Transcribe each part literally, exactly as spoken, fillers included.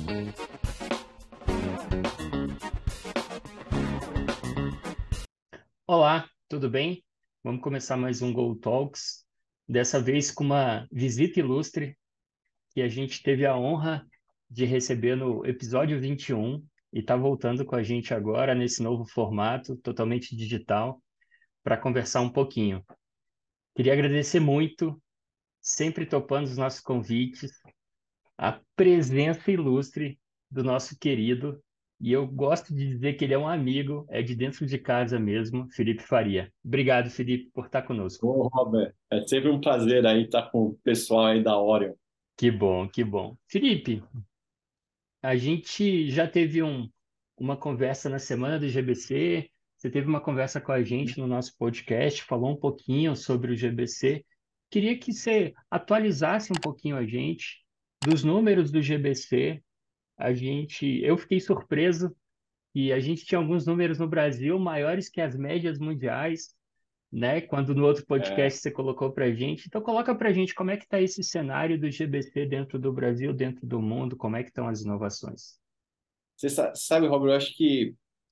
Olá, tudo bem? Vamos começar mais um Go Talks, dessa vez com uma visita ilustre que a gente teve a honra de receber no episódio vinte e um e está voltando com a gente agora nesse novo formato, totalmente digital, para conversar um pouquinho. Queria agradecer muito, sempre topando os nossos convites, a presença ilustre do nosso querido, e eu gosto de dizer que ele é um amigo, é de dentro de casa mesmo, Felipe Faria. Obrigado, Felipe, por estar conosco. Ô, Robert, é sempre um prazer aí estar com o pessoal aí da Orion. Que bom, que bom. Felipe, a gente já teve um, uma conversa na semana do G B C, você teve uma conversa com a gente no nosso podcast, falou um pouquinho sobre o G B C. Queria que você atualizasse um pouquinho a gente dos números do G B C. A gente, eu fiquei surpreso e a gente tinha alguns números no Brasil maiores que as médias mundiais, né? Quando no outro É, podcast você colocou para a gente. Então coloca para a gente como é que está esse cenário do G B C dentro do Brasil, dentro do mundo, como é que estão as inovações. você sa- sabe, Robert, eu acho que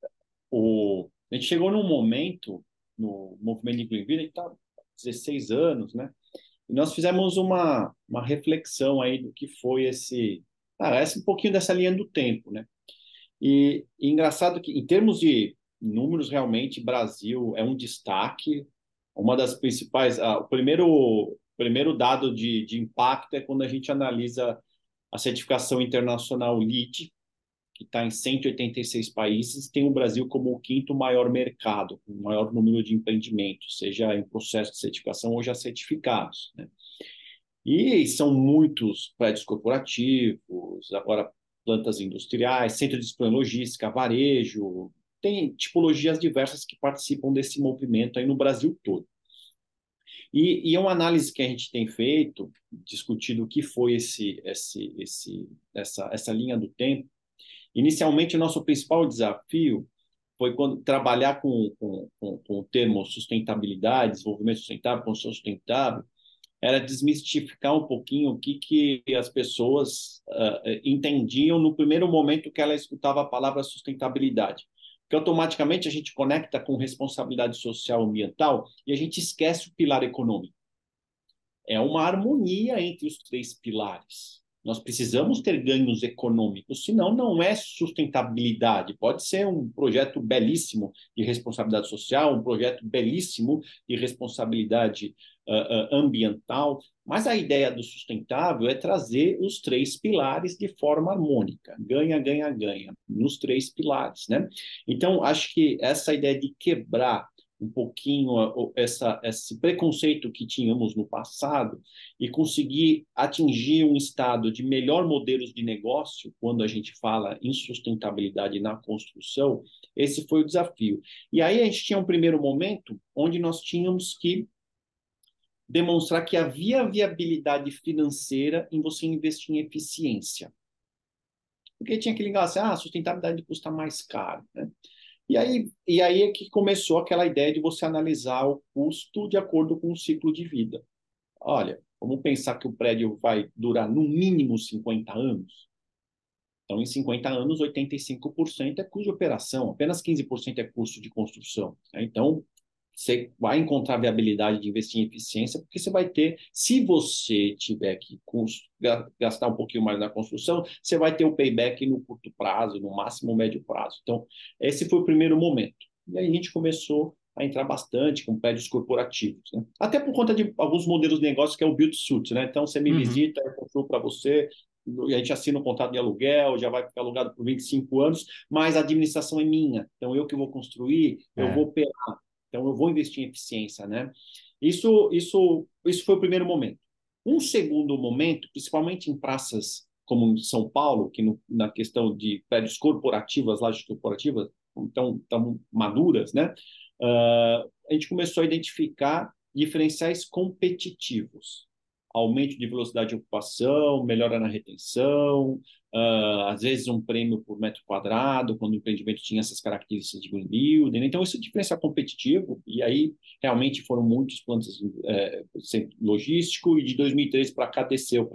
o, a gente chegou num momento no movimento de Green Vida, a gente está há dezesseis anos, né? E nós fizemos uma, uma reflexão aí do que foi esse, ah, esse um pouquinho dessa linha do tempo, né? E, e engraçado que, em termos de números, realmente, Brasil é um destaque. Uma das principais, ah, o primeiro, primeiro dado de, de impacto é quando a gente analisa a certificação internacional LEED, que está em cento e oitenta e seis países, tem o Brasil como o quinto maior mercado, com o maior número de empreendimentos, seja em processo de certificação ou já certificados, né? E são muitos prédios corporativos, agora plantas industriais, centro de distribuição logística, varejo, tem tipologias diversas que participam desse movimento aí no Brasil todo. E, e é uma análise que a gente tem feito, discutido o que foi esse, esse, esse, essa, essa linha do tempo. Inicialmente, o nosso principal desafio foi quando trabalhar com, com, com, com o termo sustentabilidade, desenvolvimento sustentável, construção sustentável, era desmistificar um pouquinho o que, que as pessoas uh, entendiam no primeiro momento que ela escutava a palavra sustentabilidade. Porque automaticamente a gente conecta com responsabilidade social e ambiental e a gente esquece o pilar econômico. É uma harmonia entre os três pilares. Nós precisamos ter ganhos econômicos, senão não é sustentabilidade. Pode ser um projeto belíssimo de responsabilidade social, um projeto belíssimo de responsabilidade uh, uh, ambiental, mas a ideia do sustentável é trazer os três pilares de forma harmônica, ganha, ganha, ganha, nos três pilares, né? Então, acho que essa ideia de quebrar um pouquinho essa, esse preconceito que tínhamos no passado e conseguir atingir um estado de melhor modelos de negócio, quando a gente fala em sustentabilidade na construção, esse foi o desafio. E aí a gente tinha um primeiro momento onde nós tínhamos que demonstrar que havia viabilidade financeira em você investir em eficiência. Porque tinha que ligar assim, ah, a sustentabilidade custa mais caro, né? E aí, e aí é que começou aquela ideia de você analisar o custo de acordo com o ciclo de vida. Olha, vamos pensar que o prédio vai durar no mínimo cinquenta anos. Então, em cinquenta anos, oitenta e cinco por cento é custo de operação, apenas quinze por cento é custo de construção. Então, você vai encontrar viabilidade de investir em eficiência, porque você vai ter, se você tiver que gastar um pouquinho mais na construção, você vai ter o payback no curto prazo, no máximo médio prazo. Então, esse foi o primeiro momento. E aí a gente começou a entrar bastante com prédios corporativos, né? Até por conta de alguns modelos de negócio que é o build-to-suit, né? Então, você me Uhum. visita, eu construo para você, e a gente assina um contrato de aluguel, já vai ficar alugado por vinte e cinco anos, mas a administração é minha. Então, eu que vou construir, eu É. vou operar, então eu vou investir em eficiência, né? Isso, isso, isso foi o primeiro momento. Um segundo momento, principalmente em praças como em São Paulo, que no, na questão de prédios corporativas, lajes corporativas, então estão maduras, né? Uh, a gente começou a identificar diferenciais competitivos, aumento de velocidade de ocupação, melhora na retenção, uh, às vezes um prêmio por metro quadrado, quando o empreendimento tinha essas características de green building. Então, esse diferencial competitivo, e aí realmente foram muitos plantas é, logístico, e de dois mil e treze para cá desceu para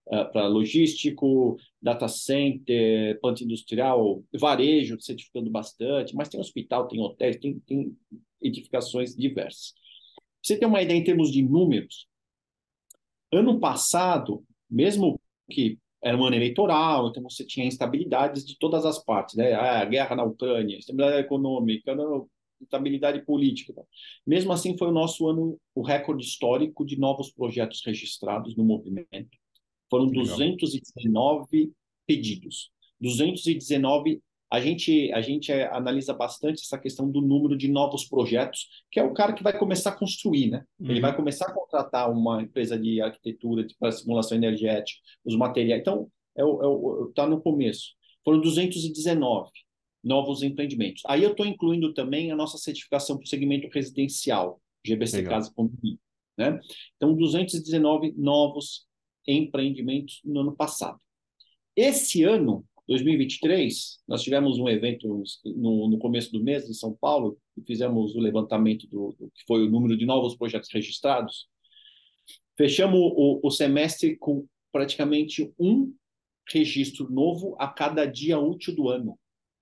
para logístico, data center, planta industrial, varejo, certificando bastante, mas tem hospital, tem hotéis, tem, tem edificações diversas. Pra você ter uma ideia em termos de números, ano passado, mesmo que era um ano eleitoral, então você tinha instabilidades de todas as partes, né? Ah, a guerra na Ucrânia, instabilidade econômica, não, instabilidade política. Mesmo assim, foi o nosso ano, o recorde histórico de novos projetos registrados no movimento. Foram Que legal. duzentos e dezenove pedidos. duzentos e dezenove, a gente, a gente é, analisa bastante essa questão do número de novos projetos, que é o cara que vai começar a construir, né? Ele vai Uhum. começar a contratar uma empresa de arquitetura para simulação energética, os materiais. Então, é o, é o, tá no começo. Foram duzentos e dezenove novos empreendimentos. Aí eu estou incluindo também a nossa certificação para o segmento residencial, G B C Legal. Casa e Condomínio, né? Então, duzentos e dezenove novos empreendimentos no ano passado. Esse ano, dois mil e vinte e três, nós tivemos um evento no, no começo do mês em São Paulo e fizemos o levantamento do, do que foi o número de novos projetos registrados. Fechamos o, o semestre com praticamente um registro novo a cada dia útil do ano.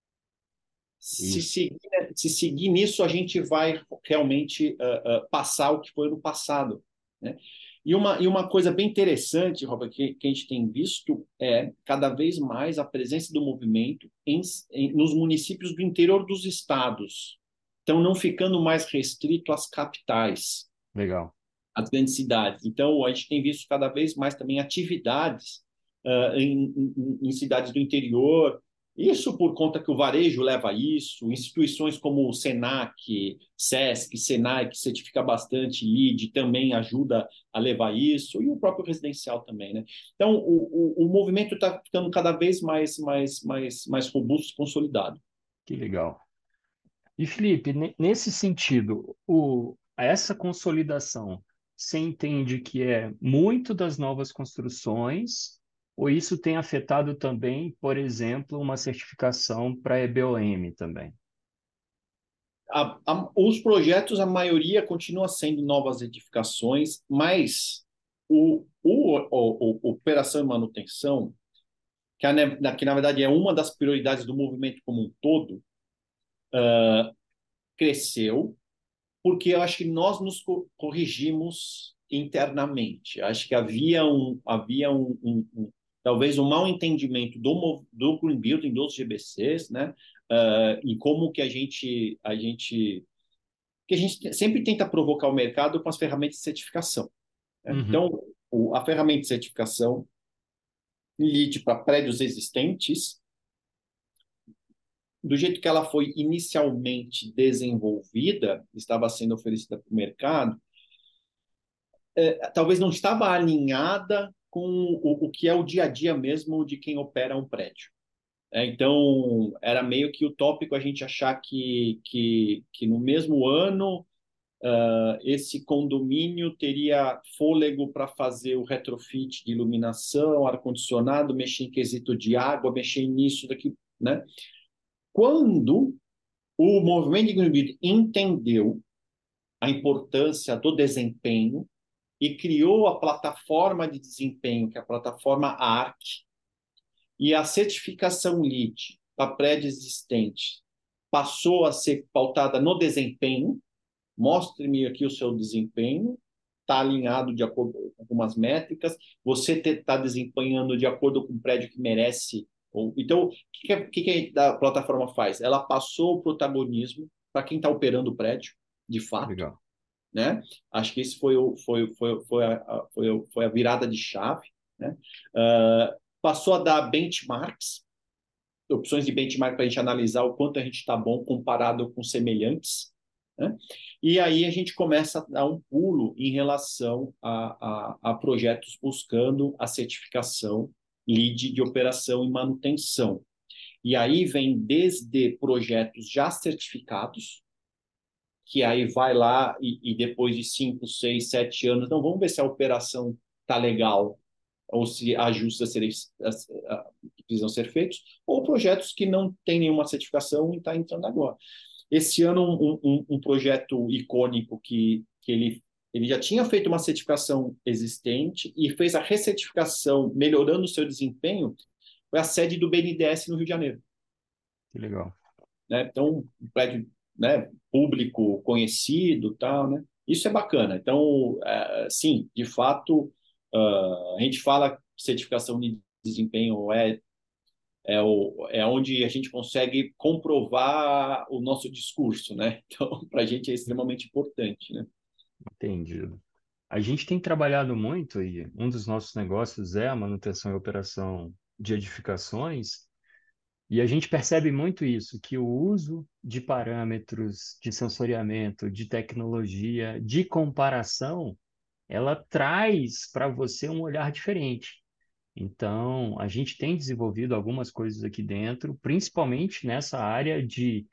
Se Isso. seguir, se seguir nisso, a gente vai realmente uh, uh, passar o que foi no passado, né? E uma, e uma coisa bem interessante, Robert, que, que a gente tem visto é cada vez mais a presença do movimento em, em, nos municípios do interior dos estados. Então, não ficando mais restrito às capitais, Legal. às grandes cidades. Então, a gente tem visto cada vez mais também atividades uh, em, em, em cidades do interior. Isso por conta que o varejo leva a isso, instituições como o Senac, Sesc, Senai, que certifica bastante, LEED, também ajuda a levar isso, e o próprio residencial também, né? Então, o, o, o movimento está ficando cada vez mais, mais, mais, mais robusto e consolidado. Que legal. E Felipe, ne- nesse sentido, o, essa consolidação, você entende que é muito das novas construções, ou isso tem afetado também, por exemplo, uma certificação para E B O M também? A, a, os projetos, a maioria continua sendo novas edificações, mas o, o, o, o operação e manutenção, que, a, que na verdade é uma das prioridades do movimento como um todo, cresceu, porque eu acho que nós nos corrigimos internamente. Acho que havia um, havia um, um, um talvez um mau entendimento do, do Green Building, dos G B Cs, né? Uh, e como que a gente, a gente, que a gente sempre tenta provocar o mercado com as ferramentas de certificação, né? Uhum. Então, o, a ferramenta de certificação LEED para prédios existentes, do jeito que ela foi inicialmente desenvolvida, estava sendo oferecida para o mercado, é, talvez não estava alinhada com o, o que é o dia a dia mesmo de quem opera um prédio. É, então, era meio que utópico a gente achar que, que, que no mesmo ano uh, esse condomínio teria fôlego para fazer o retrofit de iluminação, ar-condicionado, mexer em quesito de água, mexer nisso, daqui, né? Quando o movimento de Green Building entendeu a importância do desempenho e criou a plataforma de desempenho, que é a plataforma A R C, e a certificação LEED para prédios existentes passou a ser pautada no desempenho. Mostre-me aqui o seu desempenho, está alinhado de acordo com algumas métricas, você está desempenhando de acordo com o prédio que merece. Então, o que, que, que a plataforma faz? Ela passou o protagonismo para quem está operando o prédio, de fato, Legal. né? Acho que esse foi, o, foi, foi, foi, a, foi, foi a virada de chave, né? Uh, passou a dar benchmarks, opções de benchmark para a gente analisar o quanto a gente está bom comparado com semelhantes, né? E aí a gente começa a dar um pulo em relação a, a, a projetos buscando a certificação LEED de operação e manutenção. E aí vem desde projetos já certificados, que aí vai lá e, e depois de cinco, seis, sete anos, não, vamos ver se a operação está legal ou se ajustes a serem, a, a, que precisam ser feitos, ou projetos que não têm nenhuma certificação e está entrando agora. Esse ano, um, um, um projeto icônico que, que ele ele já tinha feito uma certificação existente e fez a recertificação, melhorando o seu desempenho, foi a sede do B N D E S no Rio de Janeiro. Que legal. Né? Então, um prédio, né, público, conhecido, tal, né? Isso é bacana. Então, é, sim, de fato, uh, a gente fala que certificação de desempenho é, é, o, é onde a gente consegue comprovar o nosso discurso, né? Então, para a gente é extremamente importante, né? Entendido. A gente tem trabalhado muito e um dos nossos negócios é a manutenção e operação de edificações, e a gente percebe muito isso, que o uso de parâmetros de sensoriamento, de tecnologia, de comparação, ela traz para você um olhar diferente. Então, a gente tem desenvolvido algumas coisas aqui dentro, principalmente nessa área de.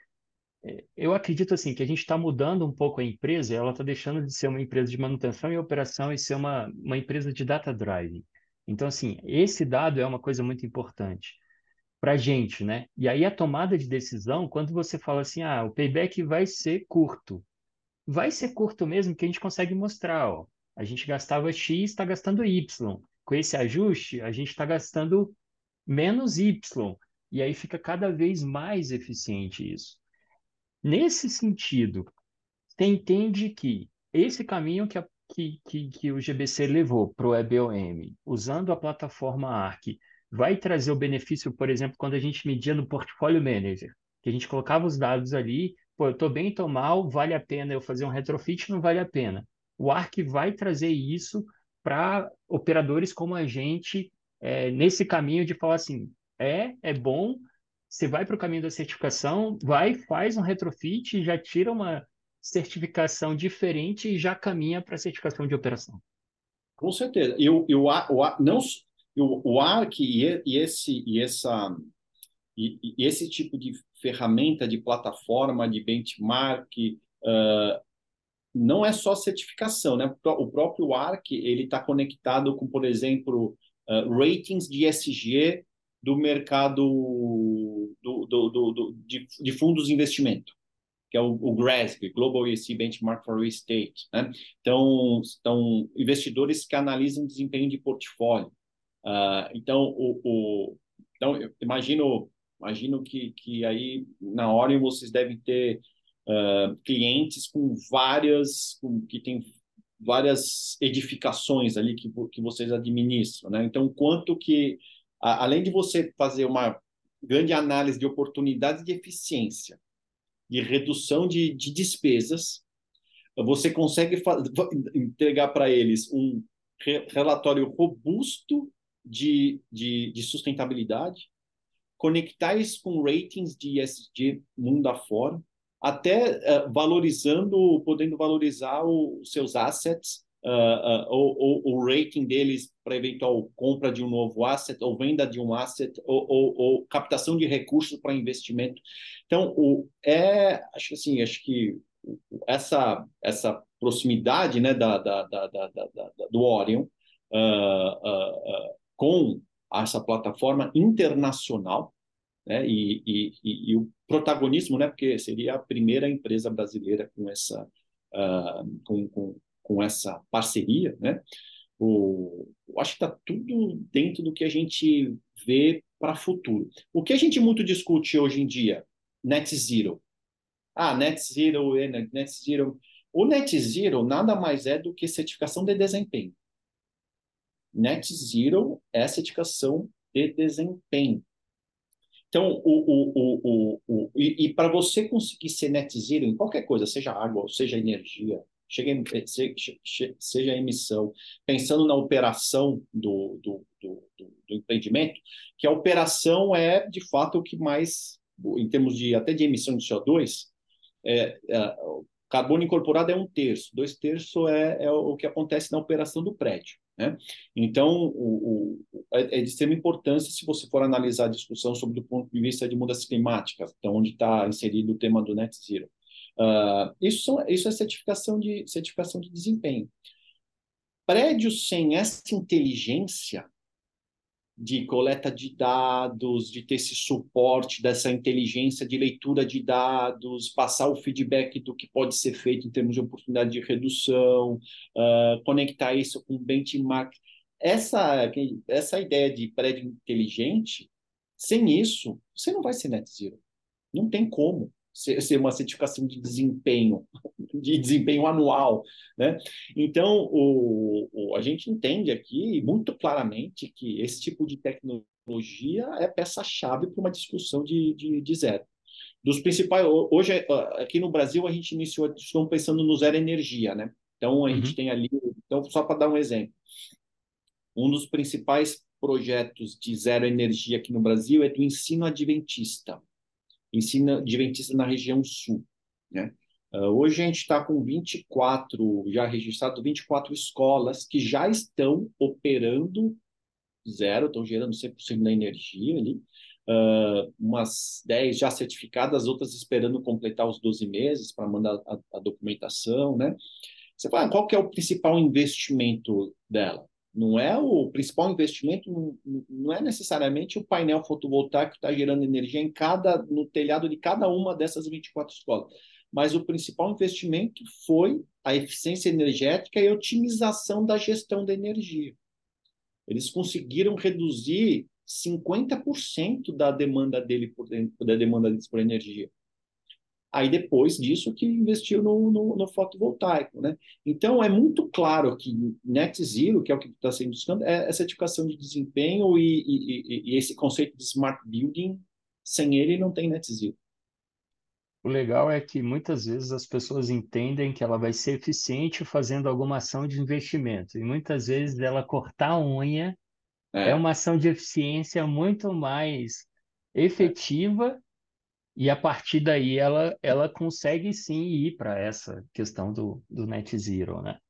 Eu acredito assim que a gente está mudando um pouco a empresa, ela está deixando de ser uma empresa de manutenção e operação e ser uma, uma empresa de data drive. Então, assim, esse dado é uma coisa muito importante para a gente, né? E aí a tomada de decisão, quando você fala assim, ah, o payback vai ser curto, vai ser curto mesmo, que a gente consegue mostrar, ó. A gente gastava X, está gastando Y. Com esse ajuste, a gente está gastando menos Y. E aí fica cada vez mais eficiente isso. Nesse sentido, você entende que esse caminho que, a- que, que, que o G B C levou para o E B O M, usando a plataforma Arc, vai trazer o benefício, por exemplo, quando a gente media no Portfólio Manager, que a gente colocava os dados ali, pô, eu estou bem, estou mal, vale a pena eu fazer um retrofit, não vale a pena. O Arc vai trazer isso para operadores como a gente, é, nesse caminho de falar assim, é, é bom, você vai para o caminho da certificação, vai, faz um retrofit, já tira uma certificação diferente e já caminha para a certificação de operação. Com certeza. E o, e o, A- o, A- não, e o, o Arc e, e e esse, e essa E, e esse tipo de ferramenta, de plataforma, de benchmark, uh, não é só certificação, né? O próprio Arc ele está conectado com, por exemplo, uh, ratings de E S G do mercado do, do, do, do de, de, fundos de investimento, que é o, o GRESB, Global E S G Benchmark for Real Estate. Né? Então, são investidores que analisam desempenho de portfólio. Uh, então, o, o, então, eu imagino, imagino que, que aí na Orion vocês devem ter uh, clientes com várias, com, que tem várias edificações ali que, que vocês administram, né? Então, quanto que, a, além de você fazer uma grande análise de oportunidades de eficiência, de redução de, de despesas, você consegue entregar para eles um re relatório robusto de, de, de, sustentabilidade, conectar isso com ratings de E S G mundo afora, até uh, valorizando, podendo valorizar os seus assets, uh, uh, ou, ou o rating deles para eventual compra de um novo asset, ou venda de um asset, ou, ou, ou captação de recursos para investimento. Então, o, é, acho assim, acho que essa, essa proximidade, né, da, da, da, da, da do Orion uh, uh, uh, com essa plataforma internacional, né, e, e, e, e o protagonismo, né, porque seria a primeira empresa brasileira com essa, uh, com, com, com essa parceria, né? O, eu acho que está tudo dentro do que a gente vê para o futuro. O que a gente muito discute hoje em dia? Net zero. Ah, net zero, net zero. O net zero nada mais é do que certificação de desempenho. Net zero é certificação de desempenho. Então, o, o, o, o, o, e, e para você conseguir ser net zero em qualquer coisa, seja água, seja energia, seja, seja emissão, pensando na operação do, do, do, do, do empreendimento, que a operação é, de fato, o que mais, em termos de até de emissão de C O dois, é, é, carbono incorporado é um terço, dois terços é, é o que acontece na operação do prédio. Né? Então, o, o, é, é de extrema importância se você for analisar a discussão sobre o ponto de vista de mudanças climáticas, então onde está inserido o tema do net zero. Uh, isso, são, isso é certificação de, certificação de desempenho. Prédios sem essa inteligência de coleta de dados, de ter esse suporte dessa inteligência de leitura de dados, passar o feedback do que pode ser feito em termos de oportunidade de redução, uh, conectar isso com benchmark. Essa, essa ideia de prédio inteligente, sem isso, você não vai ser net zero. Não tem como ser, ser uma certificação de desempenho, de desempenho anual, né? Então, o, o, a gente entende aqui muito claramente que esse tipo de tecnologia é peça-chave para uma discussão de, de, de zero. Dos principais, hoje, aqui no Brasil, a gente iniciou, estamos pensando no zero energia, né? Então, a gente Uhum. tem ali, então, só para dar um exemplo, um dos principais projetos de zero energia aqui no Brasil é do ensino adventista, ensino adventista na região sul, né? Uh, hoje a gente está com vinte e quatro, já registrado vinte e quatro escolas que já estão operando zero, estão gerando cem por cento da energia ali, uh, umas dez já certificadas, outras esperando completar os doze meses para mandar a, a documentação, né? Você fala, qual que é o principal investimento dela? Não é o principal investimento, não, não é necessariamente o painel fotovoltaico que está gerando energia em cada, no telhado de cada uma dessas vinte e quatro escolas. Mas o principal investimento foi a eficiência energética e a otimização da gestão da energia. Eles conseguiram reduzir cinquenta por cento da demanda dele por, da demanda deles por energia. Aí depois disso que investiu no, no, no fotovoltaico, né? Então é muito claro que net zero, que é o que está sendo buscando, é essa certificação de desempenho e, e, e, esse conceito de smart building, sem ele não tem net zero. O legal é que muitas vezes as pessoas entendem que ela vai ser eficiente fazendo alguma ação de investimento, e muitas vezes ela cortar a unha é É, uma ação de eficiência muito mais é. efetiva, e a partir daí ela, ela consegue sim ir para essa questão do, do net zero, né?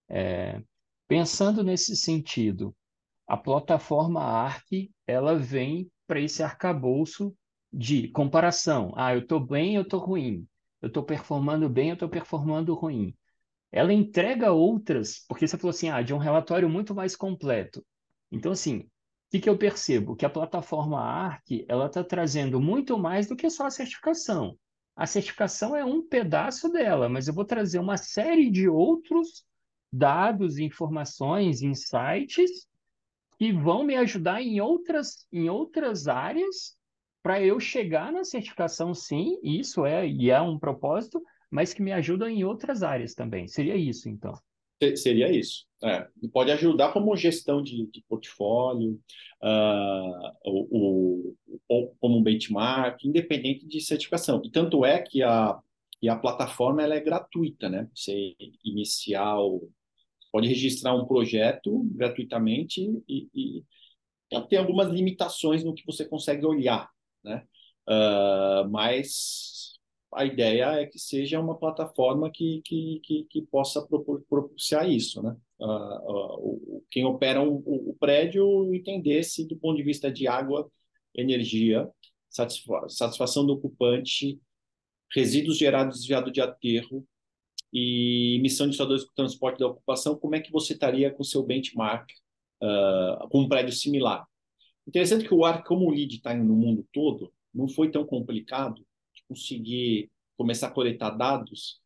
Pensando nesse sentido, a plataforma Arc, ela vem para esse arcabouço de comparação. Ah, eu estou bem, eu estou ruim. Eu estou performando bem, eu estou performando ruim. Ela entrega outras, porque você falou assim, ah, de um relatório muito mais completo. Então, assim, o que que eu percebo? Que a plataforma Arc, ela está trazendo muito mais do que só a certificação. A certificação é um pedaço dela, mas eu vou trazer uma série de outros dados, informações, insights que vão me ajudar em outras, em outras áreas para eu chegar na certificação, sim, isso é, e é um propósito, mas que me ajudam em outras áreas também. Seria isso, então. Seria isso. É. Pode ajudar como gestão de, de portfólio, uh, o, o, como benchmark, independente de certificação. E tanto é que a, que a plataforma ela é gratuita, né? Você iniciar, o, pode registrar um projeto gratuitamente e, e tem algumas limitações no que você consegue olhar, né? Uh, mas a ideia é que seja uma plataforma que, que, que, que possa propor, propiciar isso, né? Uh, uh, quem opera um, o, o prédio entendesse do ponto de vista de água, energia, satisfa satisfação do ocupante, resíduos gerados desviado de aterro e emissão de C O dois com transporte da ocupação, como é que você estaria com o seu benchmark uh, com um prédio similar? Interessante que o Arc, como o lead está no mundo todo, não foi tão complicado de conseguir começar a coletar dados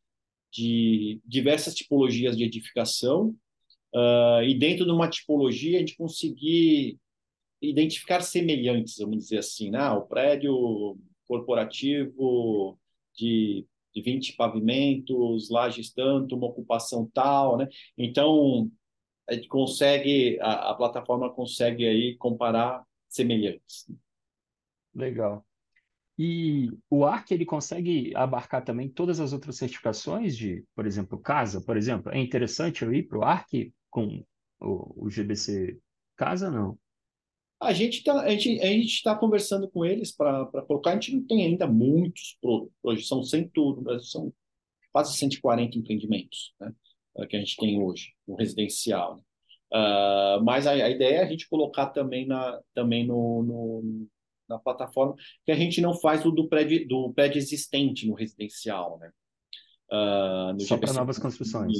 de diversas tipologias de edificação uh, e dentro de uma tipologia a gente conseguir identificar semelhantes, vamos dizer assim, né? Ah, o prédio corporativo de, de vinte pavimentos, lajes tanto, uma ocupação tal, né? Então, a gente consegue, a, a plataforma consegue aí comparar semelhantes. Legal. E o Arc, ele consegue abarcar também todas as outras certificações de, por exemplo, casa, por exemplo. É interessante eu ir para o Arc com o, o G B C Casa, não? A gente está a gente, a gente tá conversando com eles para colocar, a gente não tem ainda muitos, hoje são cem, no Brasil são quase cento e quarenta empreendimentos, né, que a gente tem hoje no residencial. Né? Uh, mas a, a ideia é a gente colocar também, na, também no, no, na plataforma, que a gente não faz o do prédio, do prédio existente no residencial, né? Uh, no Só para G B C novas construções.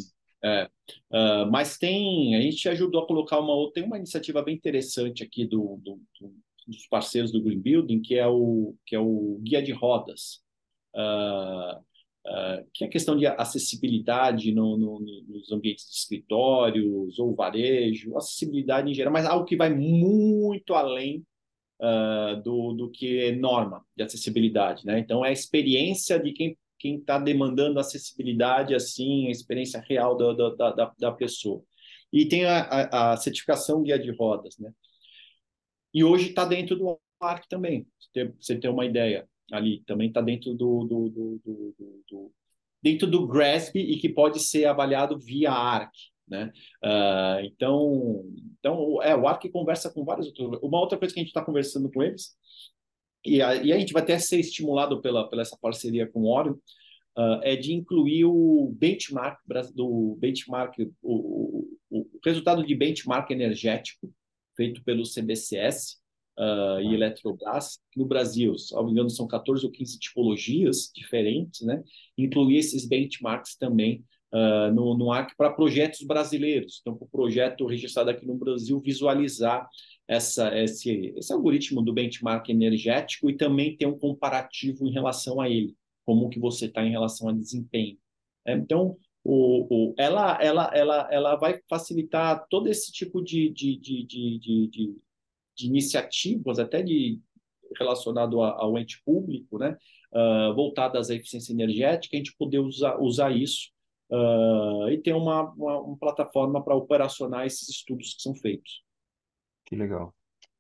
É. Ah, mas tem, a gente ajudou a colocar uma outra, tem uma iniciativa bem interessante aqui do, do- do- dos parceiros do Green Building, que é o, que é o guia de rodas. Ah, ah, que é a questão de acessibilidade no, no- no- nos ambientes de escritórios ou varejo, acessibilidade em geral, mas algo que vai muito além ah, do, do que é norma de acessibilidade, né? Então, é a experiência de quem quem está demandando acessibilidade, assim, a experiência real da, da, da, da pessoa. E tem a, a, a certificação guia de rodas, né? E hoje está dentro do ARC também, para você ter uma ideia ali, também está dentro do, do, do, do, do, do dentro do GRASP e que pode ser avaliado via ARC, né? Uh, então, então é, o ARC conversa com vários outros. Uma outra coisa que a gente está conversando com eles, e a, e a gente vai até ser estimulado pela, pela essa parceria com o Orion, uh, é de incluir o benchmark do benchmark, o, o, o resultado de benchmark energético feito pelo C B C S uh, e Eletrobras no Brasil. Se não me engano, são quatorze ou quinze tipologias diferentes, né? Incluir esses benchmarks também uh, no, no ARC para projetos brasileiros. Então, para o projeto registrado aqui no Brasil visualizar essa, esse, esse algoritmo do benchmark energético e também ter um comparativo em relação a ele, como que você está em relação a desempenho. É, então, o, o, ela, ela, ela, ela vai facilitar todo esse tipo de, de, de, de, de, de, de iniciativas, até de relacionado a, ao ente público, né, uh, voltadas à eficiência energética, a gente poder usar, usar isso uh, e ter uma, uma, uma plataforma para operacionar esses estudos que são feitos. Que legal.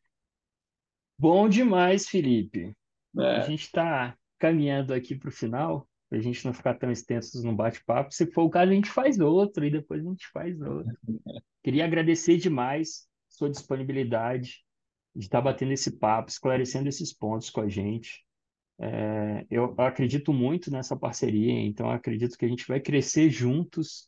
Bom demais, Felipe. A É, gente está caminhando aqui para o final, para a gente não ficar tão extensos no bate-papo. Se for o caso, a gente faz outro e depois a gente faz outro. Queria agradecer demais sua disponibilidade de estar batendo esse papo, esclarecendo esses pontos com a gente. É, eu acredito muito nessa parceria, então eu acredito que a gente vai crescer juntos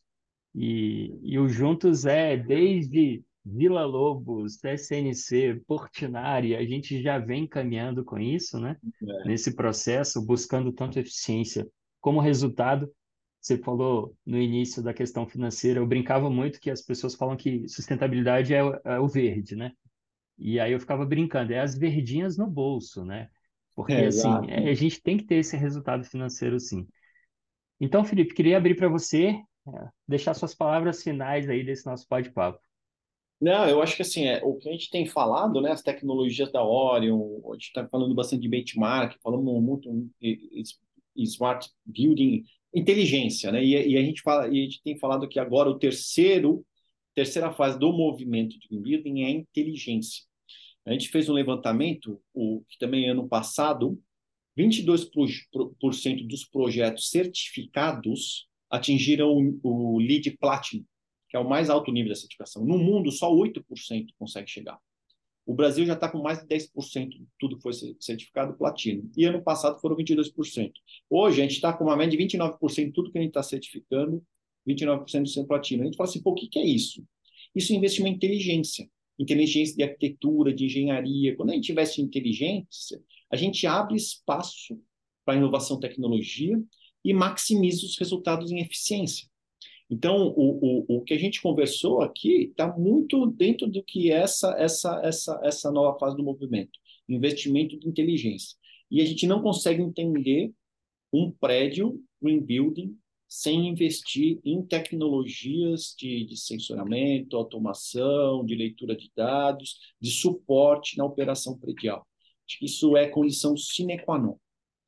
e, e o juntos é desde Vila Lobos, S N C, Portinari, a gente já vem caminhando com isso, né? é, Nesse processo, buscando tanto eficiência como resultado. Você falou no início da questão financeira, eu brincava muito que as pessoas falam que sustentabilidade é, o- é o verde, né? E aí eu ficava brincando, é as verdinhas no bolso, né? Porque é, assim, exato. é, a gente tem que ter esse resultado financeiro sim. Então, Felipe, queria abrir para você, é, deixar suas palavras finais aí desse nosso bate-papo. Não, eu acho que assim, é, o que a gente tem falado, né, as tecnologias da Orion, a gente está falando bastante de benchmark, falando muito em em smart building, inteligência, né? E, e a gente fala, e a gente tem falado que agora o terceiro, terceira fase do movimento de green building é a inteligência. A gente fez um levantamento, o que também ano passado, vinte e dois por cento dos projetos certificados atingiram o, o LEED Platinum, que é o mais alto nível da certificação. No mundo, só oito por cento consegue chegar. O Brasil já está com mais de dez por cento de tudo que foi certificado platino. E ano passado foram vinte e dois por cento. Hoje a gente está com uma média de vinte e nove por cento de tudo que a gente está certificando, vinte e nove por cento sendo platino. A gente fala assim, pô, o que, que é isso? Isso é investimento em inteligência. Inteligência de arquitetura, de engenharia. Quando a gente investe em inteligência, a gente abre espaço para inovação e tecnologia e maximiza os resultados em eficiência. Então, o, o, o que a gente conversou aqui está muito dentro do que é essa, essa, essa, essa nova fase do movimento, investimento de inteligência. E a gente não consegue entender um prédio, green building, sem investir em tecnologias de, de sensoramento, automação, de leitura de dados, de suporte na operação predial. Acho que isso é condição sine qua non.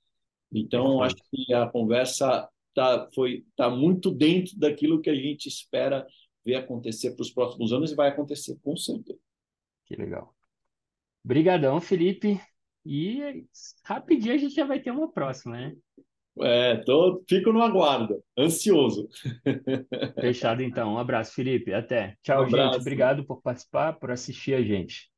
Então, acho Perfeito, que a conversa tá, foi, tá muito dentro daquilo que a gente espera ver acontecer para os próximos anos e vai acontecer com certeza. que legal. Obrigadão, Felipe. E rapidinho a gente já vai ter uma próxima, né? É, tô, fico no aguardo, ansioso. Fechado então. Um abraço, Felipe. Até. Um Tchau, gente. abraço. Obrigado por participar, por assistir a gente.